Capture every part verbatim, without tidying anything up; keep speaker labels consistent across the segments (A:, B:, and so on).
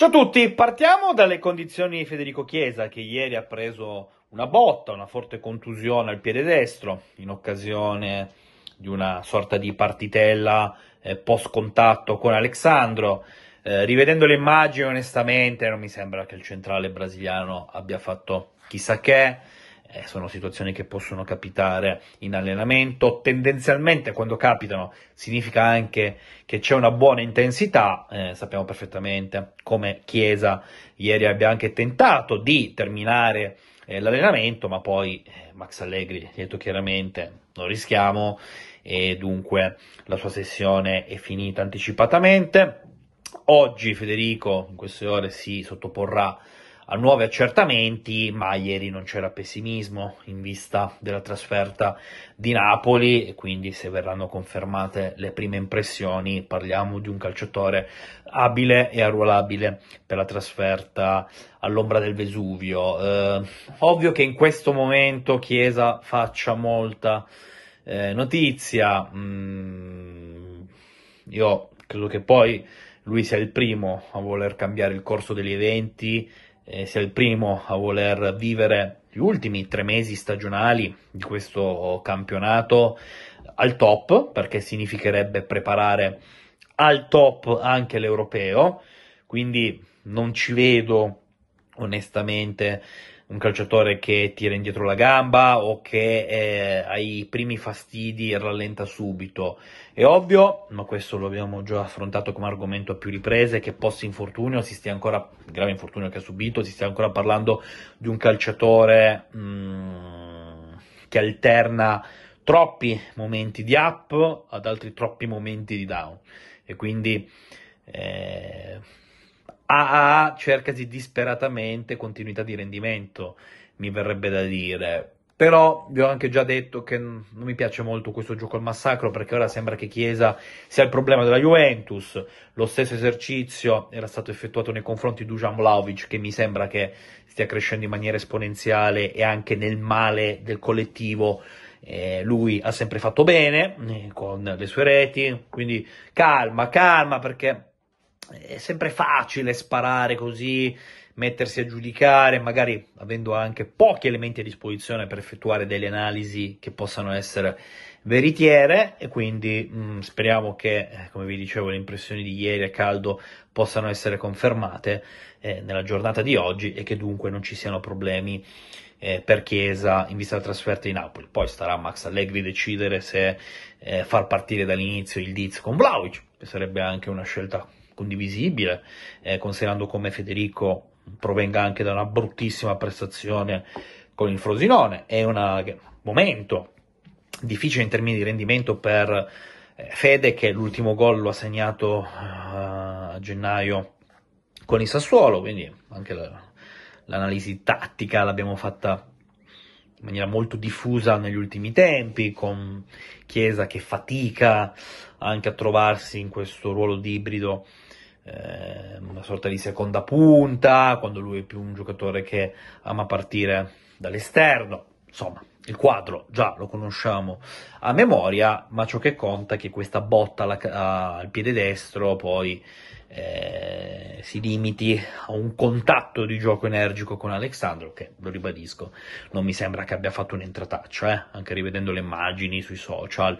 A: Ciao a tutti, partiamo dalle condizioni di Federico Chiesa, che ieri ha preso una botta, una forte contusione al piede destro in occasione di una sorta di partitella eh, post contatto con Alexandro. Eh, rivedendo le immagini, onestamente non mi sembra che il centrale brasiliano abbia fatto chissà che. Eh, sono situazioni che possono capitare in allenamento. Tendenzialmente, quando capitano, significa anche che c'è una buona intensità. Eh, sappiamo perfettamente come Chiesa ieri abbia anche tentato di terminare eh, l'allenamento, ma poi eh, Max Allegri ha detto chiaramente non rischiamo, e dunque la sua sessione è finita anticipatamente. Oggi Federico in queste ore si sottoporrà a nuovi accertamenti, ma ieri non c'era pessimismo in vista della trasferta di Napoli, e quindi se verranno confermate le prime impressioni parliamo di un calciatore abile e arruolabile per la trasferta all'ombra del Vesuvio. Eh, ovvio che in questo momento Chiesa faccia molta eh, notizia. Mm, io credo che poi lui sia il primo a voler cambiare il corso degli eventi, eh, sia il primo a voler vivere gli ultimi tre mesi stagionali di questo campionato al top, perché significherebbe preparare al top anche l'europeo, quindi non ci vedo onestamente un calciatore che tira indietro la gamba o che eh, ai primi fastidi rallenta subito. È ovvio, ma questo lo abbiamo già affrontato come argomento a più riprese, che post infortunio si stia ancora, grave infortunio che ha subito, si stia ancora parlando di un calciatore mh, che alterna troppi momenti di up ad altri troppi momenti di down, e quindi eh, A A cercasi disperatamente continuità di rendimento, mi verrebbe da dire. Però vi ho anche già detto che non mi piace molto questo gioco al massacro, perché ora sembra che Chiesa sia il problema della Juventus. Lo stesso esercizio era stato effettuato nei confronti di Dusan Vlahovic, che mi sembra che stia crescendo in maniera esponenziale, e anche nel male del collettivo eh, lui ha sempre fatto bene eh, con le sue reti, quindi calma, calma, perché è sempre facile sparare così, mettersi a giudicare, magari avendo anche pochi elementi a disposizione per effettuare delle analisi che possano essere veritiere, e quindi mh, speriamo che, eh, come vi dicevo, le impressioni di ieri a caldo possano essere confermate eh, nella giornata di oggi, e che dunque non ci siano problemi eh, per Chiesa in vista della trasferta di Napoli. Poi starà a Max Allegri decidere se eh, far partire dall'inizio il Diz con Vlahovic, che sarebbe anche una scelta condivisibile, eh, considerando come Federico provenga anche da una bruttissima prestazione con il Frosinone. È un momento difficile in termini di rendimento per eh, Fede, che l'ultimo gol lo ha segnato uh, a gennaio con il Sassuolo, quindi anche la, l'analisi tattica l'abbiamo fatta in maniera molto diffusa negli ultimi tempi, con Chiesa che fatica anche a trovarsi in questo ruolo di ibrido, eh, una sorta di seconda punta, quando lui è più un giocatore che ama partire dall'esterno. Insomma, il quadro già lo conosciamo a memoria, ma ciò che conta è che questa botta alla, a, al piede destro poi eh, si limiti a un contatto di gioco energico con Alexandro, che, lo ribadisco, non mi sembra che abbia fatto un'entrataccia, eh? Anche rivedendo le immagini sui social.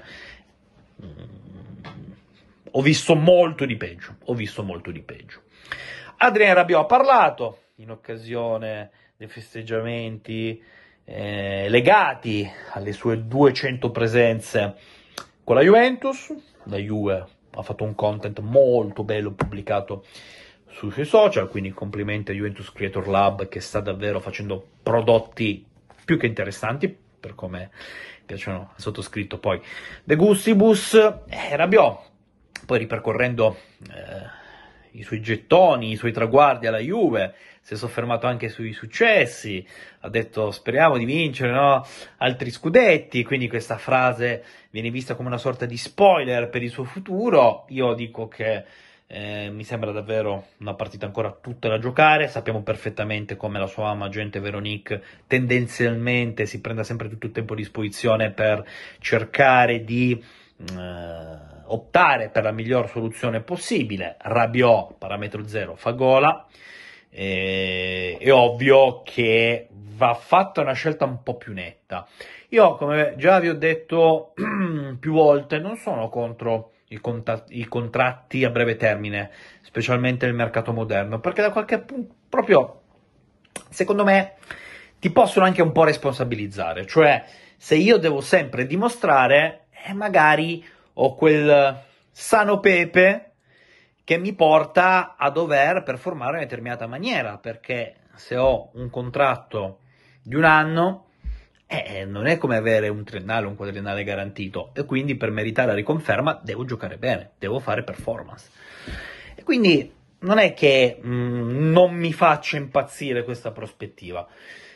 A: Mm, ho visto molto di peggio, ho visto molto di peggio. Adrien Rabiot ha parlato in occasione dei festeggiamenti eh, legati alle sue duecento presenze con la Juventus. La Juve ha fatto un content molto bello pubblicato sui suoi social, quindi complimenti a Juventus Creator Lab, che sta davvero facendo prodotti più che interessanti, per come piacciono al sottoscritto poi De Gustibus. eh, Rabiot, poi ripercorrendo eh, i suoi gettoni, i suoi traguardi alla Juve, si è soffermato anche sui successi, ha detto speriamo di vincere, no? altri scudetti, quindi questa frase viene vista come una sorta di spoiler per il suo futuro. Io dico che eh, mi sembra davvero una partita ancora tutta da giocare. Sappiamo perfettamente come la sua ama agente Veronique tendenzialmente si prenda sempre tutto il tempo a disposizione per cercare di eh, optare per la miglior soluzione possibile. Rabiot, parametro zero, fa gola. Eh, è ovvio che va fatta una scelta un po' più netta. Io, come già vi ho detto più volte, non sono contro i, conta- i contratti a breve termine, specialmente nel mercato moderno, perché da qualche punto, proprio, secondo me, ti possono anche un po' responsabilizzare. Cioè, se io devo sempre dimostrare, eh, magari ho quel sano pepe che mi porta a dover performare in una determinata maniera, perché se ho un contratto di un anno, eh, non è come avere un triennale o un quadriennale garantito, e quindi per meritare la riconferma devo giocare bene, devo fare performance. E quindi non è che mh, non mi faccia impazzire questa prospettiva,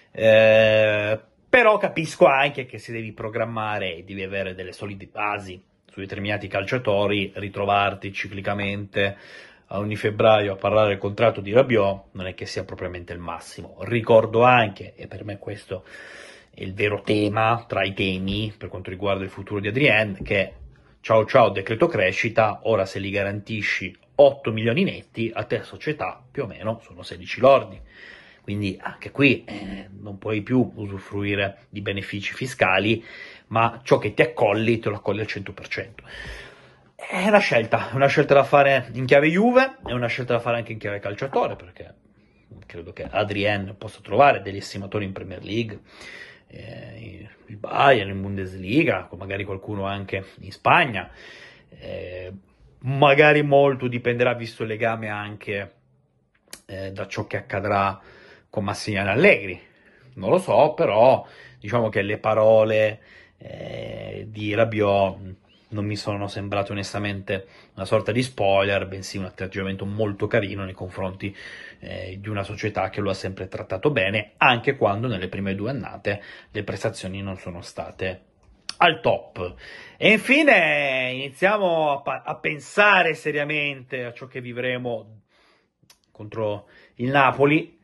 A: eh, però capisco anche che se devi programmare e devi avere delle solide basi su determinati calciatori, ritrovarti ciclicamente a ogni febbraio a parlare del contratto di Rabiot non è che sia propriamente il massimo. Ricordo anche, e per me questo è il vero tema tra i temi per quanto riguarda il futuro di Adrien, che ciao ciao decreto crescita, ora se li garantisci otto milioni netti, a te società più o meno sono sedici lordi. Quindi anche qui eh, non puoi più usufruire di benefici fiscali, ma ciò che ti accolli te lo accolli al cento per cento. È una scelta, è una scelta da fare in chiave Juve, è una scelta da fare anche in chiave calciatore, perché credo che Adrien possa trovare degli estimatori in Premier League, eh, il Bayern in Bundesliga, magari qualcuno anche in Spagna, eh, magari molto dipenderà, visto il legame anche eh, da ciò che accadrà con Massimiliano Allegri. Non lo so, però diciamo che le parole eh, di Rabiot non mi sono sembrate onestamente una sorta di spoiler, bensì un atteggiamento molto carino nei confronti eh, di una società che lo ha sempre trattato bene, anche quando nelle prime due annate le prestazioni non sono state al top. E infine iniziamo a, pa- a pensare seriamente a ciò che vivremo contro il Napoli,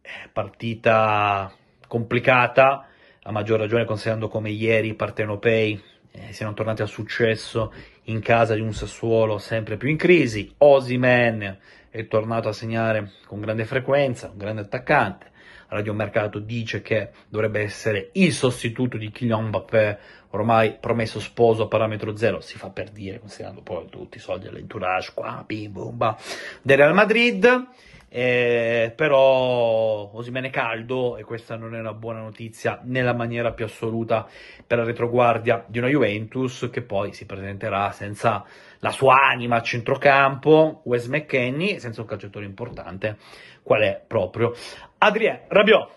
A: partita complicata, a maggior ragione considerando come ieri i partenopei eh, siano tornati al successo in casa di un Sassuolo sempre più in crisi. Osimhen è tornato a segnare con grande frequenza, un grande attaccante. Radio Mercato dice che dovrebbe essere il sostituto di Kylian Mbappé, ormai promesso sposo a parametro zero, si fa per dire, considerando poi tutti i soldi all'entourage, qua, bim, bum, ba, del Real Madrid. Eh, però Osimhen è caldo e questa non è una buona notizia nella maniera più assoluta per la retroguardia di una Juventus che poi si presenterà senza la sua anima a centrocampo, Wes McKennie, senza un calciatore importante qual è proprio Adrien Rabiot.